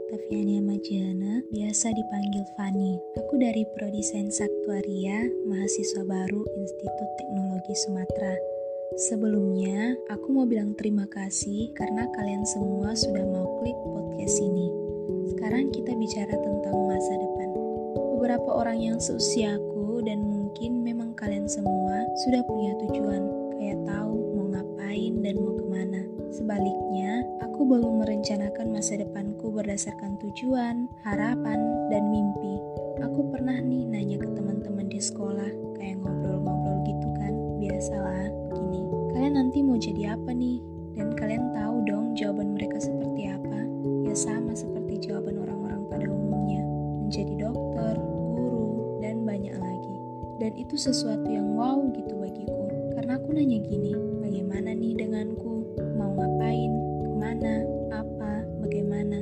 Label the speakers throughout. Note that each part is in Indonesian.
Speaker 1: Oktaviania Majana, biasa dipanggil Fani. Aku dari Prodi Sains Aktuaria, mahasiswa baru Institut Teknologi Sumatera. Sebelumnya, aku mau bilang terima kasih karena kalian semua sudah mau klik podcast ini. Sekarang kita bicara tentang masa depan. Beberapa orang yang seusiaku dan mungkin memang kalian semua sudah punya tujuan, kayak tahu mau ngapain dan mau kemana. Sebaliknya, aku belum merencanakan masa depanku berdasarkan tujuan, harapan, dan mimpi. Aku pernah nih nanya ke teman-teman di sekolah, kayak ngobrol-ngobrol gitu kan, biasalah begini. Kalian nanti mau jadi apa nih? Dan kalian tahu dong jawaban mereka seperti apa? Ya sama seperti jawaban orang-orang pada umumnya, menjadi dokter, guru, dan banyak lagi. Dan itu sesuatu yang wow gitu bagiku, karena aku nanya gini, bagaimana nih denganku? Mau ngapain, kemana, apa, bagaimana.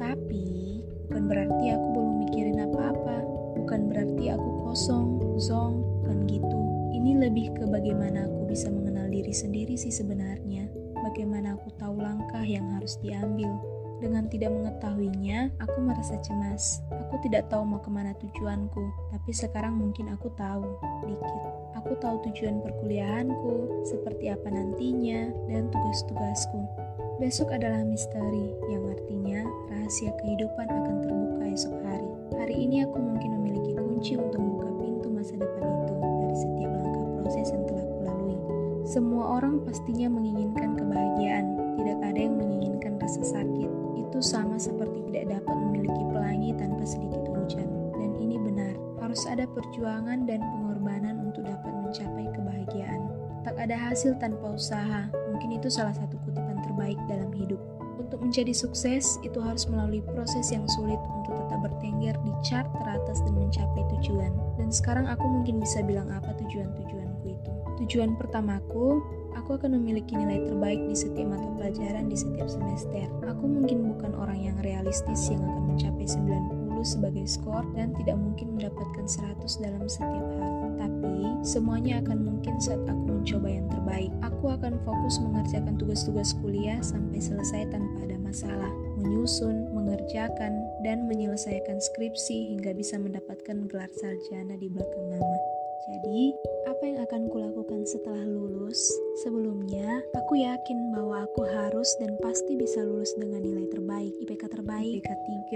Speaker 1: Tapi, bukan berarti aku belum mikirin apa-apa. Bukan berarti aku kosong, zong, bukan gitu. Ini lebih ke bagaimana aku bisa mengenal diri sendiri sih sebenarnya. Bagaimana aku tahu langkah yang harus diambil. Dengan tidak mengetahuinya, aku merasa cemas. Aku tidak tahu mau kemana tujuanku, tapi sekarang mungkin aku tahu, dikit. Aku tahu tujuan perkuliahanku, seperti apa nantinya, dan tugas-tugasku. Besok adalah misteri, yang artinya rahasia kehidupan akan terbuka esok hari. Hari ini aku mungkin memiliki kunci untuk membuka pintu masa depan itu dari setiap langkah proses yang telah kulalui. Semua orang pastinya menginginkan kebahagiaan, tidak ada yang menginginkan rasa sakit. Itu sama seperti tidak dapat memiliki pelangi tanpa sedikit hujan. Dan ini benar, harus ada perjuangan dan pengorbanan untuk dapat mencapai kebahagiaan. Tak ada hasil tanpa usaha, mungkin itu salah satu kutipan terbaik dalam hidup. Untuk menjadi sukses, itu harus melalui proses yang sulit untuk tetap bertengger di chart teratas dan mencapai tujuan. Dan sekarang aku mungkin bisa bilang apa tujuan-tujuanku itu. Tujuan pertamaku, aku akan memiliki nilai terbaik di setiap mata pelajaran di setiap semester. Aku mungkin bukan orang yang realistis yang akan mencapai 90 sebagai skor dan tidak mungkin mendapatkan 100 dalam setiap hal. Tapi, semuanya akan mungkin saat aku mencoba yang terbaik. Aku akan fokus mengerjakan tugas-tugas kuliah sampai selesai tanpa ada masalah. Menyusun, mengerjakan, dan menyelesaikan skripsi hingga bisa mendapatkan gelar sarjana di belakang nama. Jadi, apa yang akan kulakukan setelah lulus? Sebelumnya, aku yakin bahwa aku harus dan pasti bisa lulus dengan nilai terbaik, IPK terbaik, IPK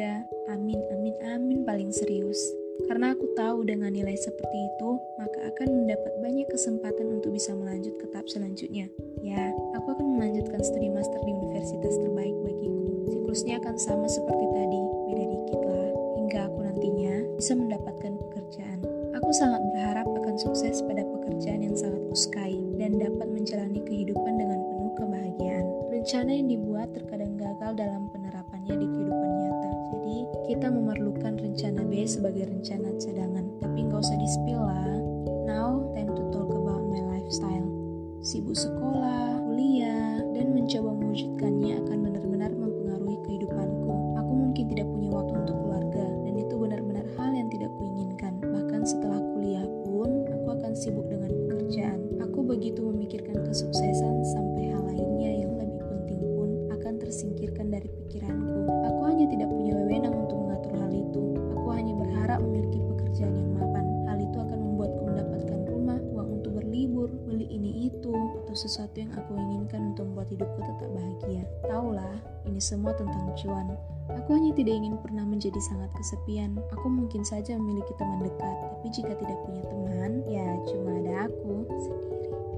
Speaker 1: 3, amin, amin, amin paling serius. Karena aku tahu dengan nilai seperti itu, maka akan mendapat banyak kesempatan untuk bisa melanjut ke tahap selanjutnya. Ya, aku akan melanjutkan studi master di universitas terbaik bagiku. Siklusnya akan sama seperti tadi, beda dikit lah, hingga aku nantinya bisa mendapatkan pekerjaan. Aku sangat berharap akan sukses pada pekerjaan yang sangat kusukai dan dapat menjalani kehidupan dengan penuh kebahagiaan. Rencana yang dibuat terkadang gagal dalam penerapannya di kehidupan nyata. Jadi, kita memerlukan rencana B sebagai rencana cadangan. Tapi nggak usah di-spill lah. Now, time to talk about my lifestyle. Sibuk sekolah, kuliah, dan mencoba mewujudkannya akan benar-benar mempengaruhi kehidupanku. Aku mungkin tidak punya waktu untuk keluarga, dan itu benar-benar hal yang tidak kuinginkan. Bahkan setelah kuliah pun, aku akan sibuk dengan pekerjaan. Aku begitu memikirkan kesuksesan sampai hal lainnya yang lebih penting pun akan tersingkirkan dari pikiranku. Aku hanya tidak punya wewenang untuk mengatur hal itu. Aku hanya berharap memiliki pekerjaan yang mapan. Hal itu akan membuatku mendapatkan rumah, uang untuk berlibur, beli ini itu, atau sesuatu yang aku inginkan untuk membuat hidupku tetap bahagia. Taulah, ini semua tentang cuan. Aku hanya tidak ingin pernah menjadi sangat kesepian. Aku mungkin saja memiliki teman dekat, tapi jika tidak punya teman, ya cuma ada aku sendiri.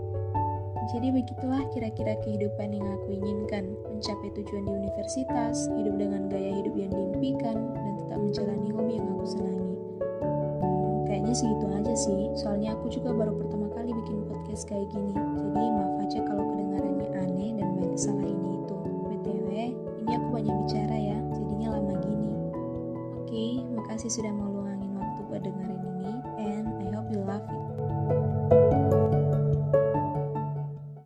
Speaker 1: Jadi begitulah kira-kira kehidupan yang aku inginkan. Mencapai tujuan di universitas, hidup dengan gaya hidup yang diimpikan, dan tetap menjalani hobi yang aku senangi. Kayaknya segitu aja sih, soalnya aku juga baru pertama kali bikin podcast kayak gini. Jadi maaf aja kalau kedengarannya aneh dan banyak salah ini itu. BTW, ini aku banyak bicara ya, jadinya lama gini. Oke, makasih sudah mau luangin waktu buat dengerin ini, and I hope you love it.